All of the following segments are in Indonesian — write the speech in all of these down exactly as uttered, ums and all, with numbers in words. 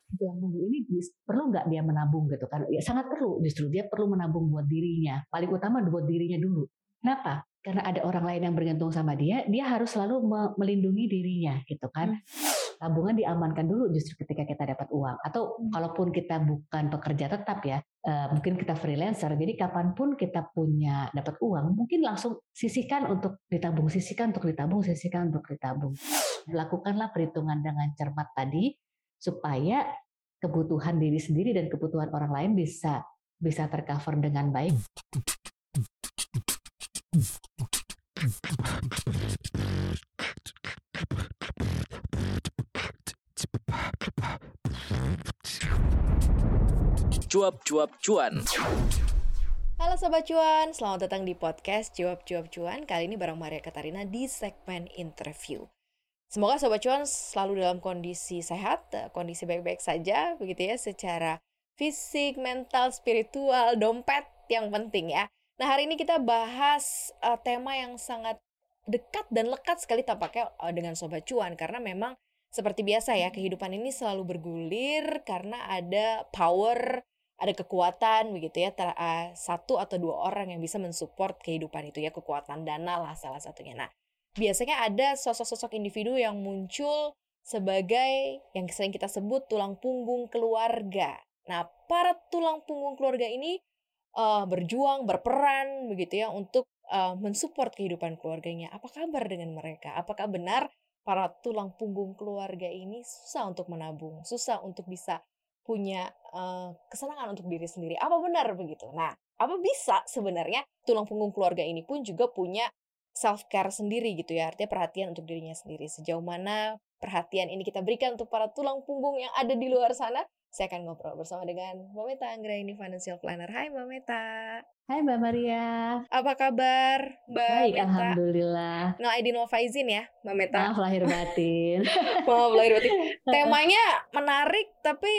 tulang punggung ini perlu nggak dia menabung gitu kan? Ya sangat perlu, justru dia perlu menabung buat dirinya. Paling utama buat dirinya dulu. Kenapa? Karena ada orang lain yang bergantung sama dia, dia harus selalu melindungi dirinya gitu kan. Tabungan diamankan dulu justru ketika kita dapat uang. Atau kalaupun kita bukan pekerja tetap ya, uh, mungkin kita freelancer, jadi kapanpun kita punya dapat uang, mungkin langsung sisihkan untuk ditabung, sisihkan untuk ditabung, sisihkan untuk ditabung. Lakukanlah perhitungan dengan cermat tadi, supaya kebutuhan diri sendiri dan kebutuhan orang lain bisa bisa tercover dengan baik. Cuap-cuap cuan. Halo Sobat Cuan, selamat datang di podcast Cuap-cuap cuan. Kali ini bareng Maria Katarina di segmen interview. Semoga Sobat Cuan selalu dalam kondisi sehat, kondisi baik-baik saja, begitu ya, secara fisik, mental, spiritual, dompet yang penting ya. Nah, hari ini kita bahas uh, tema yang sangat dekat dan lekat sekali tampaknya uh, dengan Sobat Cuan, karena memang seperti biasa ya, kehidupan ini selalu bergulir karena ada power, ada kekuatan begitu ya, ter, uh, satu atau dua orang yang bisa mensupport kehidupan itu ya, kekuatan dana lah salah satunya. Nah, biasanya ada sosok-sosok individu yang muncul sebagai yang sering kita sebut tulang punggung keluarga. Nah, para tulang punggung keluarga ini uh, berjuang, berperan begitu ya untuk uh, mensupport kehidupan keluarganya. Apa kabar dengan mereka? Apakah benar para tulang punggung keluarga ini susah untuk menabung, susah untuk bisa punya uh, kesenangan untuk diri sendiri? Apa benar begitu? Nah, apa bisa sebenarnya tulang punggung keluarga ini pun juga punya self-care sendiri gitu ya, artinya perhatian untuk dirinya sendiri. Sejauh mana perhatian ini kita berikan untuk para tulang punggung yang ada di luar sana? Saya akan ngobrol bersama dengan Mbak Meta Anggraini, Financial Planner. Hai Mbak Meta. Hai Mbak Maria. Apa kabar Mbak Baik, Meta? Alhamdulillah. No Aidin wal Faizin ya Mbak Meta. Maaf lahir batin. Maaf lahir batin. Temanya menarik tapi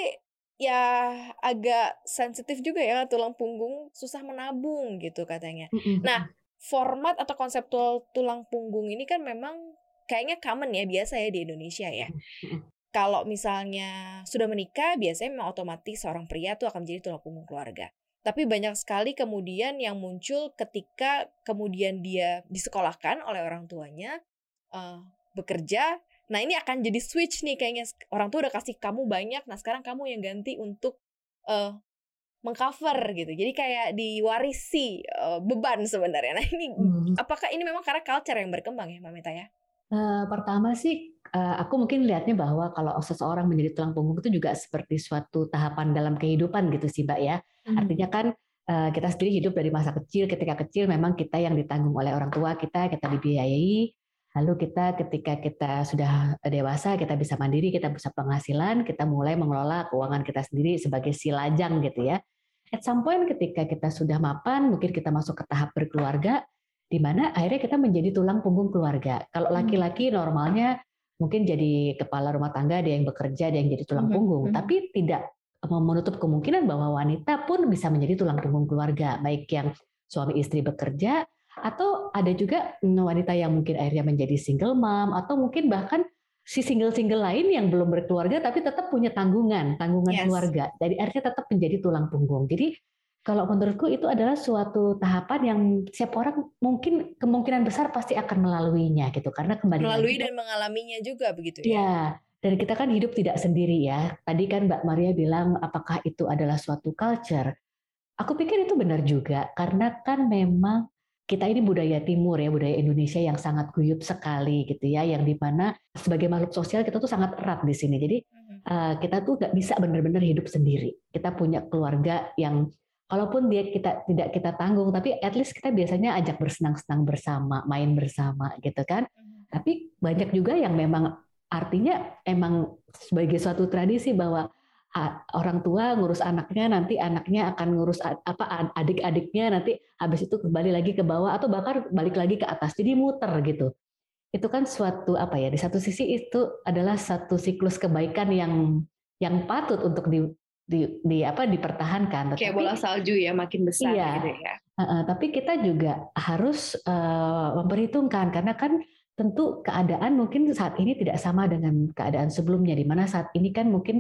ya agak sensitif juga ya, tulang punggung susah menabung gitu katanya. Nah, format atau konseptual tulang punggung ini kan memang kayaknya common ya, biasa ya di Indonesia ya. Kalau misalnya sudah menikah, biasanya memang otomatis seorang pria tuh akan menjadi tulang punggung keluarga. Tapi banyak sekali kemudian yang muncul ketika kemudian dia disekolahkan oleh orang tuanya, uh, bekerja. Nah, ini akan jadi switch nih kayaknya. Orang tua udah kasih kamu banyak, nah sekarang kamu yang ganti untuk uh, mengcover gitu. Jadi kayak diwarisi uh, beban sebenarnya. Nah, ini hmm. apakah ini memang karena culture yang berkembang ya, Mbak Meta ya? Uh, pertama sih, uh, aku mungkin lihatnya bahwa kalau seseorang menjadi tulang punggung itu juga seperti suatu tahapan dalam kehidupan gitu sih, Mbak ya. Hmm. Artinya kan uh, kita sendiri hidup dari masa kecil, ketika kecil memang kita yang ditanggung oleh orang tua kita, kita dibiayai. Lalu kita ketika kita sudah dewasa, kita bisa mandiri, kita bisa penghasilan, kita mulai mengelola keuangan kita sendiri sebagai si lajang gitu ya. At some point ketika kita sudah mapan, mungkin kita masuk ke tahap berkeluarga, di mana akhirnya kita menjadi tulang punggung keluarga. Kalau laki-laki normalnya mungkin jadi kepala rumah tangga, dia yang bekerja, dia yang jadi tulang punggung. Mm-hmm. Tapi tidak menutup kemungkinan bahwa wanita pun bisa menjadi tulang punggung keluarga, baik yang suami istri bekerja, atau ada juga wanita yang mungkin akhirnya menjadi single mom, atau mungkin bahkan si single-single lain yang belum berkeluarga tapi tetap punya tanggungan, tanggungan yes. keluarga. Jadi akhirnya tetap menjadi tulang punggung. Jadi kalau menurutku itu adalah suatu tahapan yang setiap orang mungkin kemungkinan besar pasti akan melaluinya gitu, karena kembali melalui lagi, dan mengalaminya juga begitu ya. Ya, dan kita kan hidup tidak sendiri ya. Tadi kan Mbak Maria bilang apakah itu adalah suatu culture? Aku pikir itu benar juga, karena kan memang kita ini budaya timur ya, budaya Indonesia yang sangat guyup sekali gitu ya, yang dimana sebagai makhluk sosial kita tuh sangat erat di sini. Jadi uh, kita tuh nggak bisa benar-benar hidup sendiri. Kita punya keluarga yang kalaupun dia kita tidak kita tanggung, tapi at least kita biasanya ajak bersenang-senang bersama, main bersama gitu kan. Tapi banyak juga yang memang artinya emang sebagai suatu tradisi bahwa orang tua ngurus anaknya, nanti anaknya akan ngurus apa adik-adiknya, nanti habis itu kembali lagi ke bawah atau bahkan balik lagi ke atas, jadi muter gitu. Itu kan suatu apa ya, di satu sisi itu adalah satu siklus kebaikan yang yang patut untuk di, di, di apa dipertahankan. Kayak bola salju ya, makin besar iya, gitu ya. Uh, uh, tapi kita juga harus uh, memperhitungkan, karena kan tentu keadaan mungkin saat ini tidak sama dengan keadaan sebelumnya, di mana saat ini kan mungkin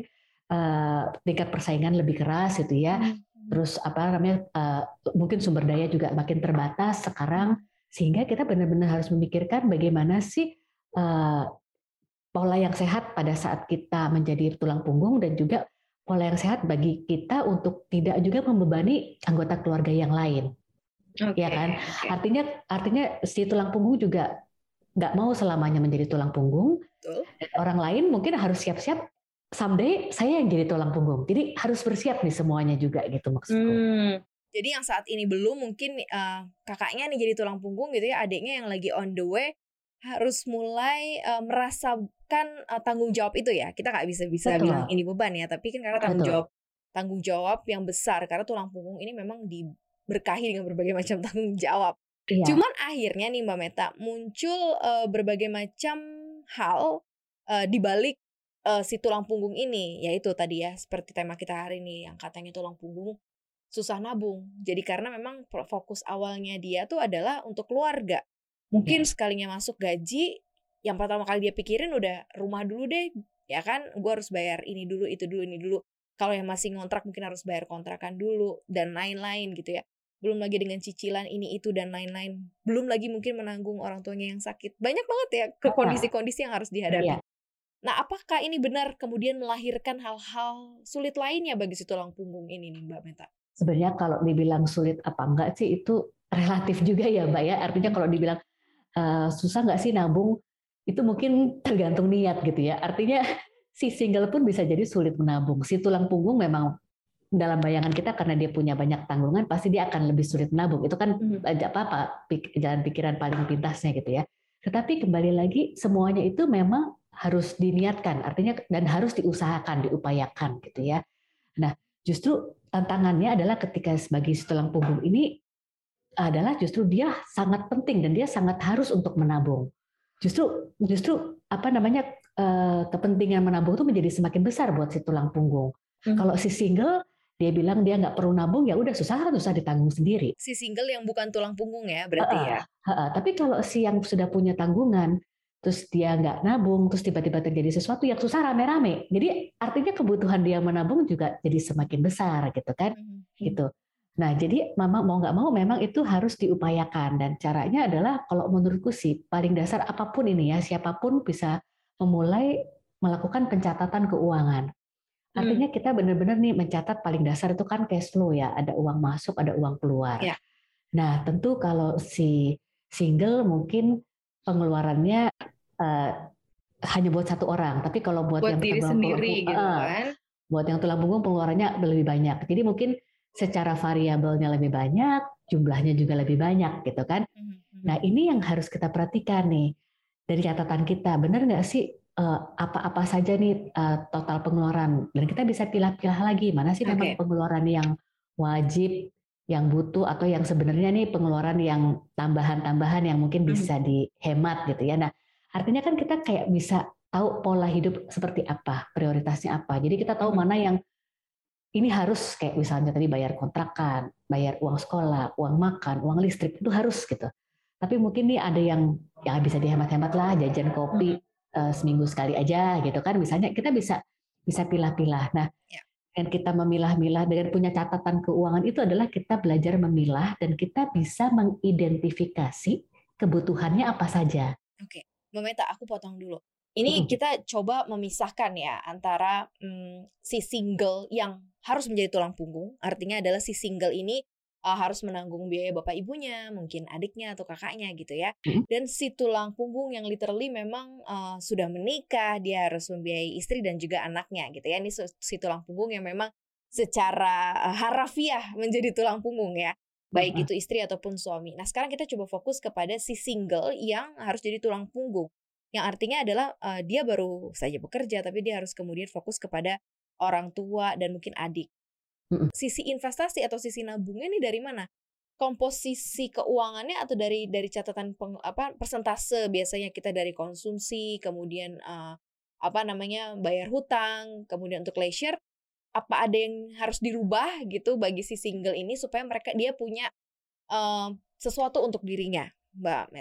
uh, tingkat persaingan lebih keras gitu ya. Hmm. Terus apa namanya uh, mungkin sumber daya juga makin terbatas sekarang, sehingga kita benar-benar harus memikirkan bagaimana sih uh, pola yang sehat pada saat kita menjadi tulang punggung dan juga pola yang sehat bagi kita untuk tidak juga membebani anggota keluarga yang lain. Okay, ya kan? Okay. Artinya artinya si tulang punggung juga nggak mau selamanya menjadi tulang punggung. Betul. Dan orang lain mungkin harus siap-siap someday saya yang jadi tulang punggung. Jadi harus bersiap nih semuanya juga gitu maksudku. Hmm. Jadi yang saat ini belum mungkin uh, kakaknya nih jadi tulang punggung gitu ya, adiknya yang lagi on the way harus mulai uh, merasakan uh, tanggung jawab itu ya. Kita nggak bisa bisa Betul. bilang ini beban ya, tapi kan karena tanggung Betul. jawab tanggung jawab yang besar karena tulang punggung ini memang diberkahi dengan berbagai macam tanggung jawab. Iya. Cuman akhirnya nih Mbak Meta muncul uh, berbagai macam hal uh, di balik uh, si tulang punggung ini, yaitu tadi ya seperti tema kita hari ini yang katanya tulang punggung susah nabung. Jadi karena memang fokus awalnya dia tuh adalah untuk keluarga. Mungkin ya. Sekalinya masuk gaji, yang pertama kali dia pikirin udah rumah dulu deh, ya kan? Gue harus bayar ini dulu, itu dulu, ini dulu. Kalau yang masih ngontrak mungkin harus bayar kontrakan dulu dan lain-lain gitu ya. Belum lagi dengan cicilan ini itu dan lain-lain. Belum lagi mungkin menanggung orang tuanya yang sakit. Banyak banget ya ke kondisi-kondisi yang harus dihadapi. Ya. Nah, apakah ini benar kemudian melahirkan hal-hal sulit lainnya bagi si tulang punggung ini nih Mbak Meta? Sebenarnya kalau dibilang sulit apa enggak sih itu relatif juga ya Mbak ya. Artinya kalau dibilang Uh, susah nggak sih nabung, itu mungkin tergantung niat gitu ya. Artinya si single pun bisa jadi sulit menabung. Si tulang punggung memang dalam bayangan kita karena dia punya banyak tanggungan pasti dia akan lebih sulit menabung. Itu kan hmm. apa-apa jalan pikiran paling pintasnya gitu ya. Tetapi kembali lagi semuanya itu memang harus diniatkan, artinya dan harus diusahakan, diupayakan gitu ya. Nah justru tantangannya adalah ketika sebagai si tulang punggung ini adalah justru dia sangat penting dan dia sangat harus untuk menabung. Justru justru apa namanya kepentingan menabung itu menjadi semakin besar buat si tulang punggung. Hmm. Kalau si single dia bilang dia nggak perlu nabung, ya udah susah susah ditanggung sendiri. Si single yang bukan tulang punggung ya berarti uh, ya. Uh, uh, tapi kalau si yang sudah punya tanggungan, terus dia nggak nabung, terus tiba-tiba terjadi sesuatu yang susah rame-rame. Jadi artinya kebutuhan dia menabung juga jadi semakin besar gitu kan, hmm. gitu. Nah, jadi mama mau nggak mau memang itu harus diupayakan dan caranya adalah kalau menurutku sih paling dasar apapun ini ya siapapun bisa memulai melakukan pencatatan keuangan. Artinya hmm. kita benar-benar nih mencatat paling dasar itu kan cash flow ya, ada uang masuk, ada uang keluar. Ya. Nah, tentu kalau si single mungkin pengeluarannya uh, hanya buat satu orang, tapi kalau buat, buat yang diri sendiri gitu uh, kan. Buat yang tulang punggung pengeluarannya lebih banyak. Jadi mungkin secara variabelnya lebih banyak, jumlahnya juga lebih banyak gitu kan. Mm-hmm. Nah ini yang harus kita perhatikan nih dari catatan kita, benar nggak sih uh, apa-apa saja nih uh, total pengeluaran, dan kita bisa pilah-pilah lagi mana sih okay. memang pengeluaran yang wajib, yang butuh, atau yang sebenarnya nih pengeluaran yang tambahan-tambahan yang mungkin bisa mm-hmm. dihemat gitu ya. Nah artinya kan kita kayak bisa tahu pola hidup seperti apa, prioritasnya apa. Jadi kita tahu mm-hmm. mana yang ini harus kayak misalnya tadi bayar kontrakan, bayar uang sekolah, uang makan, uang listrik itu harus gitu. Tapi mungkin nih ada yang ya bisa dihemat-hemat lah, jajan kopi hmm. uh, seminggu sekali aja gitu kan. Misalnya kita bisa bisa pilah-pilah. Nah, ya. Dan kita memilah-milah dengan punya catatan keuangan itu adalah kita belajar memilah dan kita bisa mengidentifikasi kebutuhannya apa saja. Oke, Mbak Meta, aku potong dulu. Ini kita coba memisahkan ya antara hmm, si single yang harus menjadi tulang punggung, artinya adalah si single ini uh, harus menanggung biaya bapak ibunya, mungkin adiknya atau kakaknya gitu ya. Dan si tulang punggung yang literally memang uh, sudah menikah, dia harus membiayai istri dan juga anaknya gitu ya. Ini si tulang punggung yang memang secara uh, harafiah menjadi tulang punggung ya, baik itu istri ataupun suami. Nah sekarang kita coba fokus kepada si single yang harus jadi tulang punggung. Yang artinya adalah uh, dia baru saja bekerja, tapi dia harus kemudian fokus kepada orang tua dan mungkin adik. Mm-mm. Sisi investasi atau sisi nabungnya ini dari mana? Komposisi keuangannya atau dari dari catatan peng, apa persentase biasanya kita dari konsumsi, kemudian uh, apa namanya bayar hutang, kemudian untuk leisure, apa ada yang harus dirubah gitu bagi si single ini supaya mereka dia punya uh, sesuatu untuk dirinya, Mbak Meta?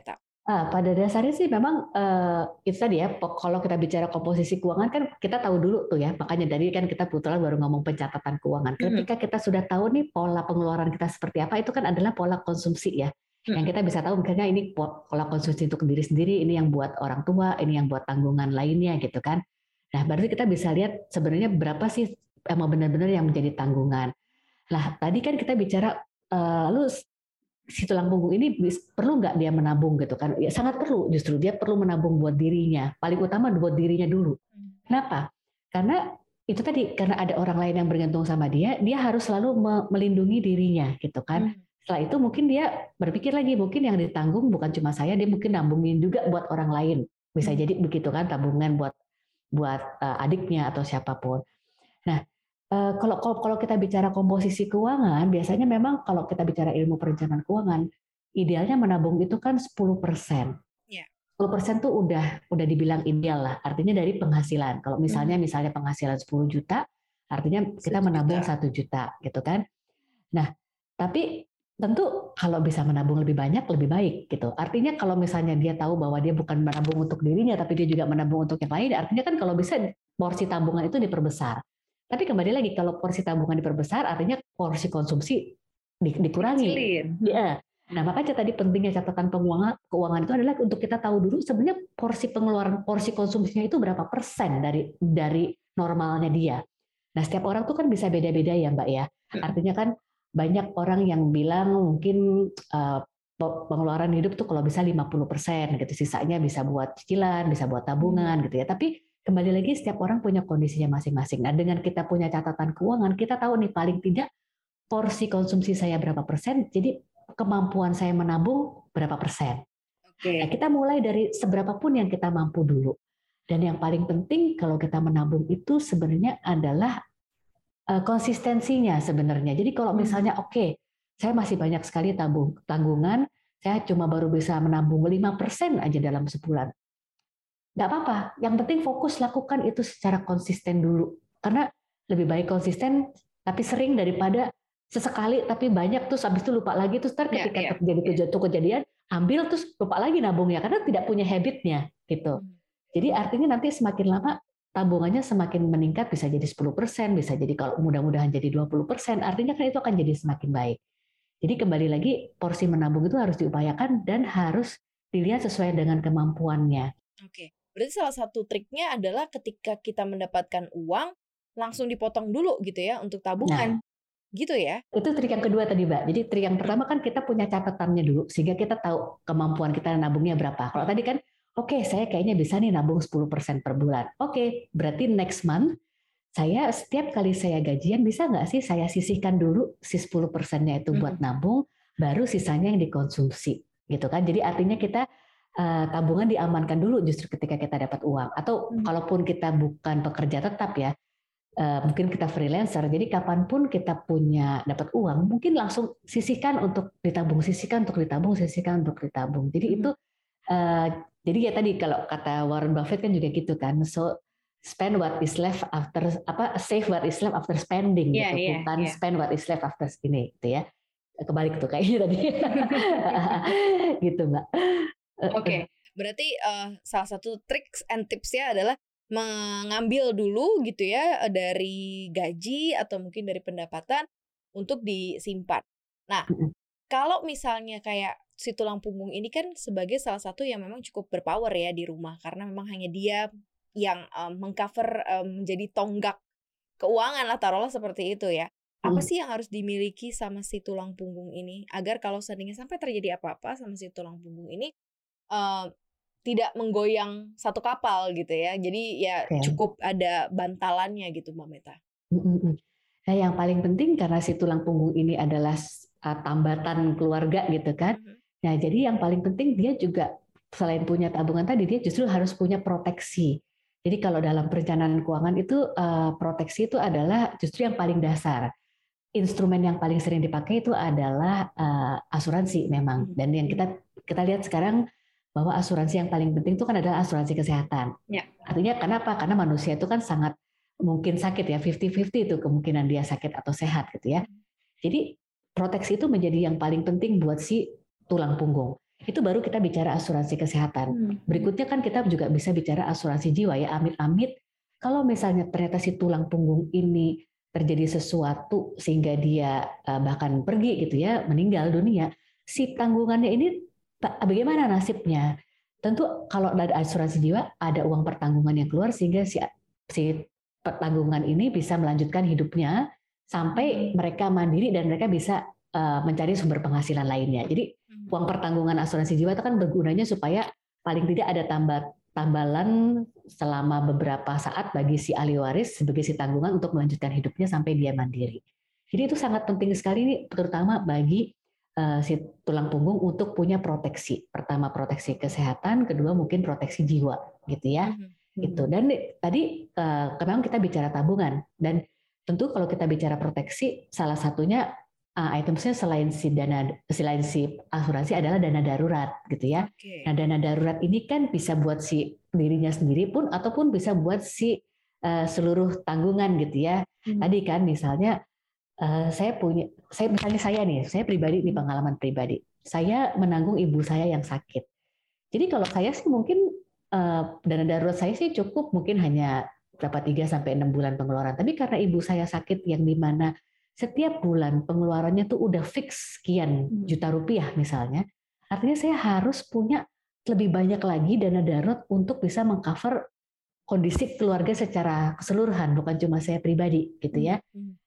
Ah, pada dasarnya sih memang uh, itu tadi ya, kalau kita bicara komposisi keuangan kan kita tahu dulu tuh ya, makanya tadi kan kita kebetulan baru ngomong pencatatan keuangan. Ketika kita sudah tahu nih pola pengeluaran kita seperti apa, itu kan adalah pola konsumsi ya. Yang kita bisa tahu misalnya ini pola konsumsi untuk diri sendiri, ini yang buat orang tua, ini yang buat tanggungan lainnya gitu kan. Nah, berarti kita bisa lihat sebenarnya berapa sih emang benar-benar yang menjadi tanggungan. Nah, tadi kan kita bicara uh, lalu si tulang punggung ini perlu nggak dia menabung gitu kan? Ya sangat perlu, justru dia perlu menabung buat dirinya. Paling utama buat dirinya dulu. Kenapa? Karena itu tadi, karena ada orang lain yang bergantung sama dia, dia harus selalu melindungi dirinya gitu kan. Hmm. Setelah itu mungkin dia berpikir lagi, mungkin yang ditanggung bukan cuma saya, dia mungkin nabungin juga buat orang lain. Bisa hmm. jadi begitu kan, tabungan buat buat uh, adiknya atau siapapun. Nah, Uh, kalau, kalau kalau kita bicara komposisi keuangan, biasanya memang kalau kita bicara ilmu perencanaan keuangan, idealnya menabung itu kan sepuluh persen. Yeah. sepuluh persen tuh udah udah dibilang ideal lah. Artinya dari penghasilan. Kalau misalnya hmm. misalnya penghasilan sepuluh juta, artinya kita menabung satu juta gitu kan. Nah, tapi tentu kalau bisa menabung lebih banyak lebih baik gitu. Artinya kalau misalnya dia tahu bahwa dia bukan menabung untuk dirinya tapi dia juga menabung untuk yang lain, artinya kan kalau bisa porsi tabungan itu diperbesar. Tapi kembali lagi, kalau porsi tabungan diperbesar, artinya porsi konsumsi dikurangi. Ya. Nah, makanya tadi pentingnya catatan keuangan, keuangan itu adalah untuk kita tahu dulu sebenarnya porsi pengeluaran, porsi konsumsinya itu berapa persen dari dari normalnya dia. Nah, setiap orang tuh kan bisa beda-beda ya, Mbak ya. Artinya kan banyak orang yang bilang mungkin uh, pengeluaran hidup tuh kalau bisa lima puluh persen gitu, sisanya bisa buat cicilan, bisa buat tabungan gitu ya. Tapi kembali lagi setiap orang punya kondisinya masing-masing. Nah, dengan kita punya catatan keuangan, kita tahu nih paling tidak porsi konsumsi saya berapa persen, jadi kemampuan saya menabung berapa persen. Okay. Nah, kita mulai dari seberapa pun yang kita mampu dulu. Dan yang paling penting kalau kita menabung itu sebenarnya adalah uh, konsistensinya sebenarnya. Jadi kalau misalnya oke, okay, saya masih banyak sekali tabung tanggungan, saya cuma baru bisa menabung lima persen aja dalam sebulan. Nggak apa-apa, yang penting fokus lakukan itu secara konsisten dulu. Karena lebih baik konsisten tapi sering daripada sesekali tapi banyak terus habis itu lupa lagi, terus ntar ketika yeah, yeah, terjadi yeah. Tuh kejadian ambil terus lupa lagi nabungnya karena tidak punya habitnya gitu. Hmm. Jadi artinya nanti semakin lama tabungannya semakin meningkat, bisa jadi sepuluh persen, bisa jadi kalau mudah-mudahan jadi dua puluh persen, artinya kan itu akan jadi semakin baik. Jadi kembali lagi porsi menabung itu harus diupayakan dan harus dilihat sesuai dengan kemampuannya. Oke. Okay. Berarti salah satu triknya adalah ketika kita mendapatkan uang, langsung dipotong dulu gitu ya untuk tabungan. Nah, gitu ya? Itu trik yang kedua tadi, Mbak. Jadi trik yang pertama kan kita punya catatannya dulu, sehingga kita tahu kemampuan kita nabungnya berapa. Kalau tadi kan, oke okay, saya kayaknya bisa nih nabung sepuluh persen per bulan. Oke, okay, berarti next month, saya setiap kali saya gajian, bisa nggak sih saya sisihkan dulu si sepuluh persennya itu buat nabung, baru sisanya yang dikonsumsi. Gitu kan? Jadi artinya kita Uh, tabungan diamankan dulu justru ketika kita dapat uang, atau hmm. kalaupun kita bukan pekerja tetap ya, uh, mungkin kita freelancer, jadi kapanpun kita punya dapat uang mungkin langsung sisihkan untuk ditabung, sisihkan untuk ditabung, sisihkan untuk ditabung. Jadi hmm. itu uh, jadi ya tadi kalau kata Warren Buffett kan juga gitu kan, so spend what is left after apa save what is left after spending yeah, gitu, yeah, bukan yeah. spend what is left after ini gitu ya, kebalik tuh kayaknya tadi. Gitu Mbak. Oke, okay. Berarti uh, salah satu tricks and tipsnya adalah mengambil dulu gitu ya dari gaji atau mungkin dari pendapatan untuk disimpan. Nah, kalau misalnya kayak si tulang punggung ini kan sebagai salah satu yang memang cukup berpower ya di rumah karena memang hanya dia yang um, mengcover um, menjadi tonggak keuangan lah, taruhlah seperti itu ya. Apa sih yang harus dimiliki sama si tulang punggung ini agar kalau seandainya sampai terjadi apa-apa sama si tulang punggung ini Uh, tidak menggoyang satu kapal gitu ya, jadi ya okay. cukup ada bantalannya gitu Mbak Meta. Nah yang paling penting karena si tulang punggung ini adalah uh, tambatan keluarga gitu kan, mm-hmm. Nah jadi yang paling penting dia juga selain punya tabungan tadi dia justru harus punya proteksi. Jadi kalau dalam perencanaan keuangan itu uh, proteksi itu adalah justru yang paling dasar. Instrumen yang paling sering dipakai itu adalah uh, asuransi memang, dan yang kita kita lihat sekarang bahwa asuransi yang paling penting itu kan adalah asuransi kesehatan. Ya. Artinya kenapa? Karena manusia itu kan sangat mungkin sakit ya, lima puluh lima puluh itu kemungkinan dia sakit atau sehat gitu ya. Jadi proteksi itu menjadi yang paling penting buat si tulang punggung. Itu baru kita bicara asuransi kesehatan. Hmm. Berikutnya kan kita juga bisa bicara asuransi jiwa ya, amit-amit kalau misalnya ternyata si tulang punggung ini terjadi sesuatu sehingga dia uh, bahkan pergi gitu ya, meninggal dunia, si tanggungannya ini bagaimana nasibnya? Tentu kalau ada asuransi jiwa ada uang pertanggungan yang keluar sehingga si, si pertanggungan ini bisa melanjutkan hidupnya sampai mereka mandiri dan mereka bisa uh, mencari sumber penghasilan lainnya. Jadi uang pertanggungan asuransi jiwa itu kan bergunanya supaya paling tidak ada tambah tambalan selama beberapa saat bagi si ahli waris sebagai si tanggungan untuk melanjutkan hidupnya sampai dia mandiri. Jadi itu sangat penting sekali nih, terutama bagi uh, si tulang punggung untuk punya proteksi. Pertama proteksi kesehatan, kedua mungkin proteksi jiwa, gitu ya. Mm-hmm. Gitu. Dan tadi uh, memang kita bicara tabungan dan tentu kalau kita bicara proteksi, salah satunya Uh, itemsnya selain si dana, selain si asuransi adalah dana darurat, gitu ya. Okay. Nah, dana darurat ini kan bisa buat si dirinya sendiri pun, ataupun bisa buat si uh, seluruh tanggungan, gitu ya. Hmm. Tadi kan misalnya uh, saya punya, saya misalnya saya nih, saya pribadi nih pengalaman pribadi, saya menanggung ibu saya yang sakit. Jadi kalau saya sih mungkin uh, dana darurat saya sih cukup mungkin hanya berapa tiga sampai enam bulan pengeluaran. Tapi karena ibu saya sakit yang di mana setiap bulan pengeluarannya tuh udah fix sekian juta rupiah misalnya, artinya saya harus punya lebih banyak lagi dana darurat untuk bisa mengcover kondisi keluarga secara keseluruhan, bukan cuma saya pribadi gitu ya.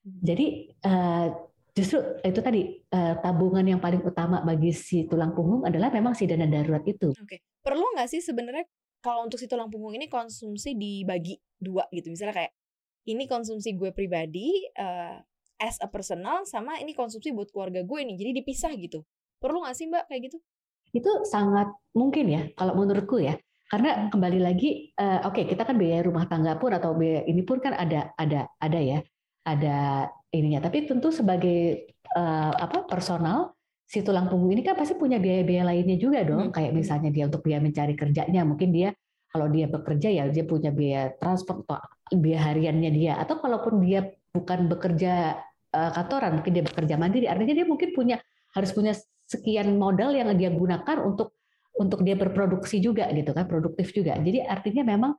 Jadi justru itu tadi tabungan yang paling utama bagi si tulang punggung adalah memang si dana darurat itu. Oke, perlu nggak sih sebenarnya kalau untuk si tulang punggung ini konsumsi dibagi dua gitu, misalnya kayak ini konsumsi gue pribadi, uh, as a personal, sama ini konsumsi buat keluarga gue nih, jadi dipisah gitu. Perlu nggak sih Mbak kayak gitu? Itu sangat mungkin ya, kalau menurutku ya. Karena kembali lagi, uh, oke okay, kita kan biaya rumah tangga pun atau biaya ini pun kan ada ada ada ya, ada ininya. Tapi tentu sebagai uh, apa personal, si tulang punggung ini kan pasti punya biaya-biaya lainnya juga dong. Hmm. Kayak misalnya dia untuk biaya mencari kerjanya, mungkin dia kalau dia bekerja ya dia punya biaya transport atau biaya hariannya dia. Atau kalaupun dia bukan bekerja kantoran, mungkin dia bekerja mandiri, artinya dia mungkin punya harus punya sekian modal yang dia gunakan untuk untuk dia berproduksi juga gitu kan, produktif juga. Jadi artinya memang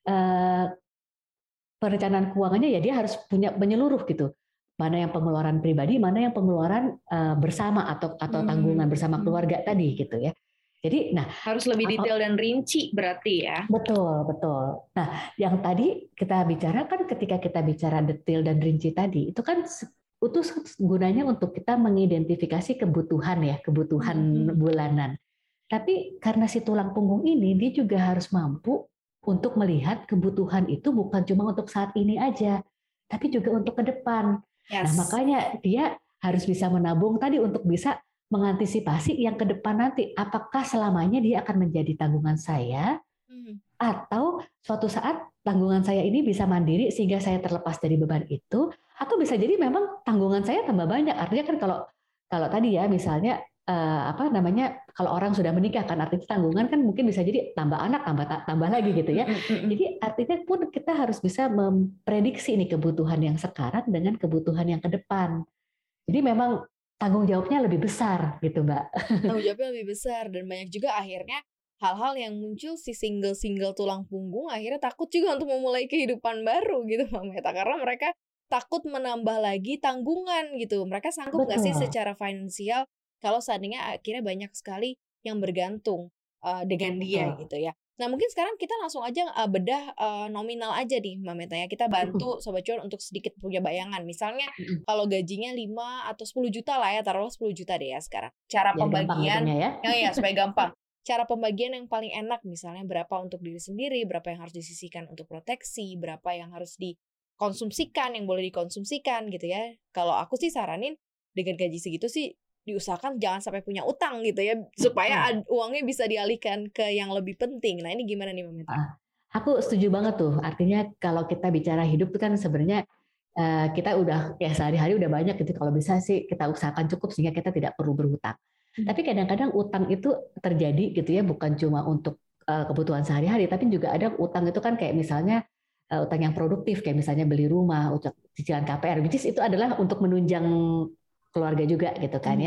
eh, perencanaan keuangannya ya dia harus punya menyeluruh gitu. Mana yang pengeluaran pribadi, mana yang pengeluaran eh, bersama atau atau tanggungan bersama keluarga tadi gitu ya. Jadi, nah harus lebih detail dan rinci berarti ya. Betul, betul. Nah, yang tadi kita bicara kan ketika kita bicara detail dan rinci tadi, itu kan itu gunanya untuk kita mengidentifikasi kebutuhan ya, kebutuhan hmm. bulanan. Tapi karena si tulang punggung ini, dia juga harus mampu untuk melihat kebutuhan itu bukan cuma untuk saat ini aja, tapi juga untuk ke depan. Yes. Nah, makanya dia harus bisa menabung tadi untuk bisa mengantisipasi yang ke depan nanti. Apakah selamanya dia akan menjadi tanggungan saya, hmm. atau suatu saat tanggungan saya ini bisa mandiri sehingga saya terlepas dari beban itu, atau bisa jadi memang tanggungan saya tambah banyak. Artinya kan kalau kalau tadi ya misalnya uh, apa namanya kalau orang sudah menikah kan artinya tanggungan kan mungkin bisa jadi tambah anak tambah tambah lagi gitu ya. Jadi artinya pun kita harus bisa memprediksi ini kebutuhan yang sekarang dengan kebutuhan yang ke depan. Jadi memang tanggung jawabnya lebih besar gitu Mbak. Tanggung jawabnya lebih besar dan banyak juga akhirnya hal-hal yang muncul si single-single tulang punggung akhirnya takut juga untuk memulai kehidupan baru gitu Mbak Meta, karena mereka takut menambah lagi tanggungan gitu. Mereka sanggup nggak sih secara finansial kalau seandainya akhirnya banyak sekali yang bergantung uh, dengan dia Betul. Gitu ya. Nah mungkin sekarang kita langsung aja uh, bedah uh, nominal aja nih Mbak Meta ya. Kita bantu Sobat Cuan untuk sedikit punya bayangan. Misalnya kalau gajinya lima atau sepuluh juta lah ya, taruhlah sepuluh juta deh ya sekarang. Cara ya, pembagian, ya. Ya, ya supaya gampang. Cara pembagian yang paling enak misalnya berapa untuk diri sendiri, berapa yang harus disisihkan untuk proteksi, berapa yang harus dikonsumsikan, yang boleh dikonsumsikan gitu ya. Kalau aku sih saranin dengan gaji segitu sih diusahakan jangan sampai punya utang gitu ya, supaya hmm. uangnya bisa dialihkan ke yang lebih penting. Nah ini gimana nih Mbak Meta? Ah, aku setuju banget tuh. Artinya kalau kita bicara hidup itu kan sebenarnya uh, kita udah ya sehari-hari udah banyak gitu. Kalau bisa sih kita usahakan cukup sehingga kita tidak perlu berhutang. Hmm. Tapi kadang-kadang utang itu terjadi gitu ya, bukan cuma untuk uh, kebutuhan sehari-hari, tapi juga ada utang itu kan kayak misalnya uh, utang yang produktif, kayak misalnya beli rumah, utang cicilan K P R, which is itu adalah untuk menunjang keluarga juga gitu kan ya.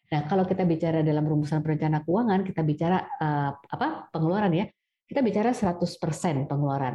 Nah, kalau kita bicara dalam rumusan perencana keuangan, kita bicara uh, apa pengeluaran ya, kita bicara seratus persen pengeluaran.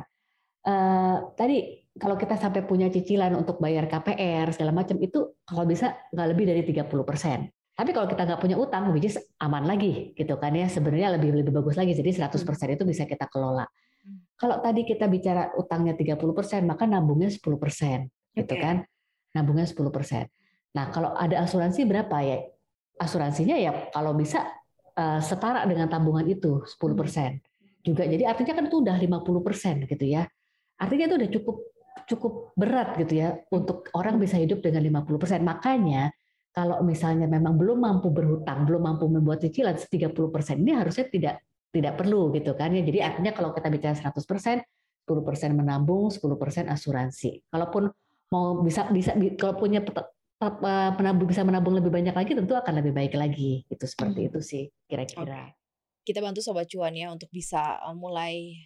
Uh, tadi kalau kita sampai punya cicilan untuk bayar K P R segala macam itu kalau bisa nggak lebih dari tiga puluh persen. Tapi kalau kita nggak punya utang, which is aman lagi gitu kan ya, sebenarnya lebih lebih bagus lagi. Jadi seratus persen itu bisa kita kelola. Kalau tadi kita bicara utangnya tiga puluh persen, maka nabungnya sepuluh persen gitu kan. Nabungnya sepuluh persen. Nah, kalau ada asuransi berapa ya? Asuransinya ya kalau bisa uh, setara dengan tabungan itu sepuluh persen. Juga jadi artinya kan itu udah lima puluh persen gitu ya. Artinya itu udah cukup cukup berat gitu ya untuk orang bisa hidup dengan lima puluh persen. Makanya kalau misalnya memang belum mampu berhutang, belum mampu membuat cicilan tiga puluh persen ini harusnya tidak tidak perlu gitu kan ya. Jadi artinya kalau kita bicara seratus persen, sepuluh persen menabung, sepuluh persen asuransi. Kalaupun mau bisa bisa kalau punya penabung bisa menabung lebih banyak lagi tentu akan lebih baik lagi. Itu seperti itu sih kira-kira. Okay. Kita bantu Sobat Cuan ya untuk bisa mulai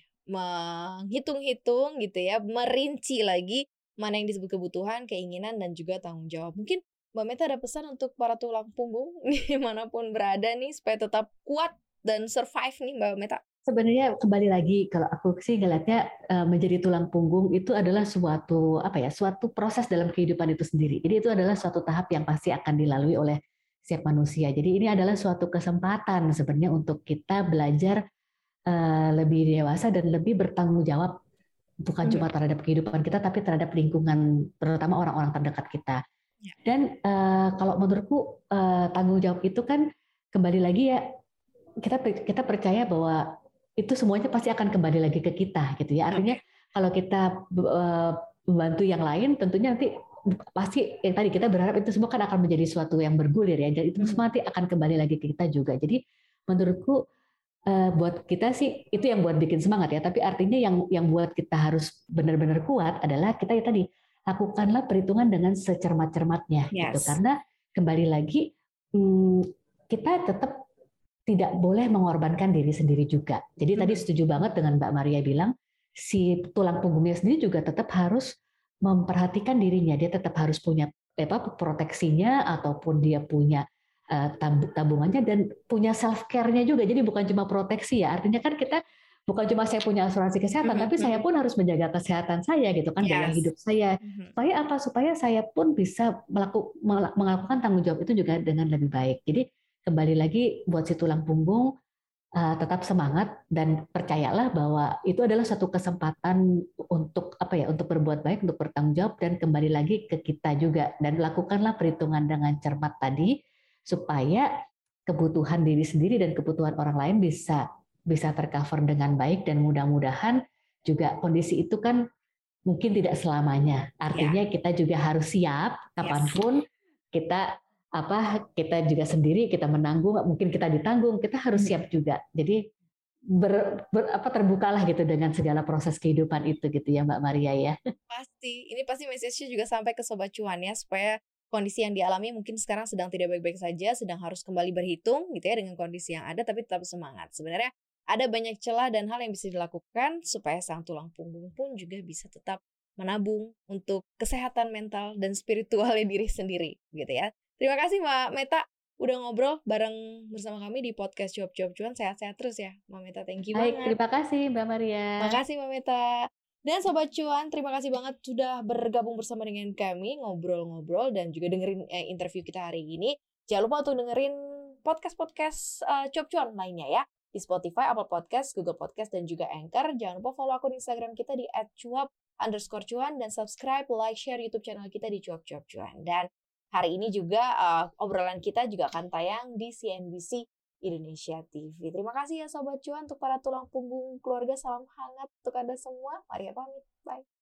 menghitung-hitung gitu ya, merinci lagi mana yang disebut kebutuhan, keinginan, dan juga tanggung jawab. Mungkin Mbak Meta ada pesan untuk para tulang punggung dimanapun berada nih supaya tetap kuat dan survive nih Mbak Meta? Sebenarnya kembali lagi kalau aku sih ngelihatnya menjadi tulang punggung itu adalah suatu apa ya suatu proses dalam kehidupan itu sendiri. Jadi itu adalah suatu tahap yang pasti akan dilalui oleh setiap manusia. Jadi ini adalah suatu kesempatan sebenarnya untuk kita belajar uh, lebih dewasa dan lebih bertanggung jawab bukan hmm. cuma terhadap kehidupan kita tapi terhadap lingkungan terutama orang-orang terdekat kita. Dan uh, kalau menurutku uh, tanggung jawab itu kan kembali lagi ya kita kita percaya bahwa itu semuanya pasti akan kembali lagi ke kita gitu ya. Artinya okay. kalau kita uh, membantu yang lain tentunya nanti pasti yang tadi kita berharap itu semua kan akan menjadi sesuatu yang bergulir ya. Jadi itu semua nanti akan kembali lagi ke kita juga. Jadi menurutku uh, buat kita sih itu yang buat bikin semangat ya. Tapi artinya yang yang buat kita harus benar-benar kuat adalah kita ya tadi lakukanlah perhitungan dengan secermat-cermatnya yes. gitu. Karena kembali lagi hmm, kita tetap tidak boleh mengorbankan diri sendiri juga. Jadi hmm. tadi setuju banget dengan Mbak Maria bilang, si tulang punggungnya sendiri juga tetap harus memperhatikan dirinya. Dia tetap harus punya apa proteksinya ataupun dia punya uh, tabungannya dan punya self care-nya juga. Jadi bukan cuma proteksi ya. Artinya kan kita bukan cuma saya punya asuransi kesehatan, hmm. tapi saya pun harus menjaga kesehatan saya gitu kan, yes. gaya hidup saya. Hmm. Supaya apa? Supaya saya pun bisa melaku, melakukan tanggung jawab itu juga dengan lebih baik. Jadi kembali lagi buat si tulang punggung uh, tetap semangat dan percayalah bahwa itu adalah satu kesempatan untuk apa ya untuk berbuat baik, untuk bertanggung jawab dan kembali lagi ke kita juga dan lakukanlah perhitungan dengan cermat tadi supaya kebutuhan diri sendiri dan kebutuhan orang lain bisa bisa tercover dengan baik dan mudah-mudahan juga kondisi itu kan mungkin tidak selamanya. Artinya yeah. kita juga harus siap kapanpun yes. kita apa kita juga sendiri kita menanggung mungkin kita ditanggung kita harus siap juga jadi ber, ber apa terbukalah gitu dengan segala proses kehidupan itu gitu ya Mbak Maria ya pasti ini pasti message-nya juga sampai ke Sobat Cuan ya supaya kondisi yang dialami mungkin sekarang sedang tidak baik-baik saja sedang harus kembali berhitung gitu ya dengan kondisi yang ada tapi tetap semangat sebenarnya ada banyak celah dan hal yang bisa dilakukan supaya sang tulang punggung pun juga bisa tetap menabung untuk kesehatan mental dan spiritualnya diri sendiri gitu ya. Terima kasih Mbak Meta udah ngobrol bareng bersama kami di podcast Cuap Cuap Cuan. Sehat-sehat terus ya Mbak Meta, thank you Baik, banget. Terima kasih Mbak Maria. Terima kasih Mbak Meta. Dan Sobat Cuan, terima kasih banget sudah bergabung bersama dengan kami ngobrol-ngobrol dan juga dengerin eh, interview kita hari ini. Jangan lupa untuk dengerin podcast-podcast uh, Cuap Cuan lainnya ya di Spotify, Apple Podcast, Google Podcast dan juga Anchor. Jangan lupa follow akun Instagram kita di at cuap underscore cuan dan subscribe, like, share YouTube channel kita di Cuap Cuap Cuan. Dan hari ini juga uh, obrolan kita juga akan tayang di C N B C Indonesia T V. Terima kasih ya Sobat Cuan untuk para tulang punggung keluarga. Salam hangat untuk Anda semua. Maria pamit. Bye.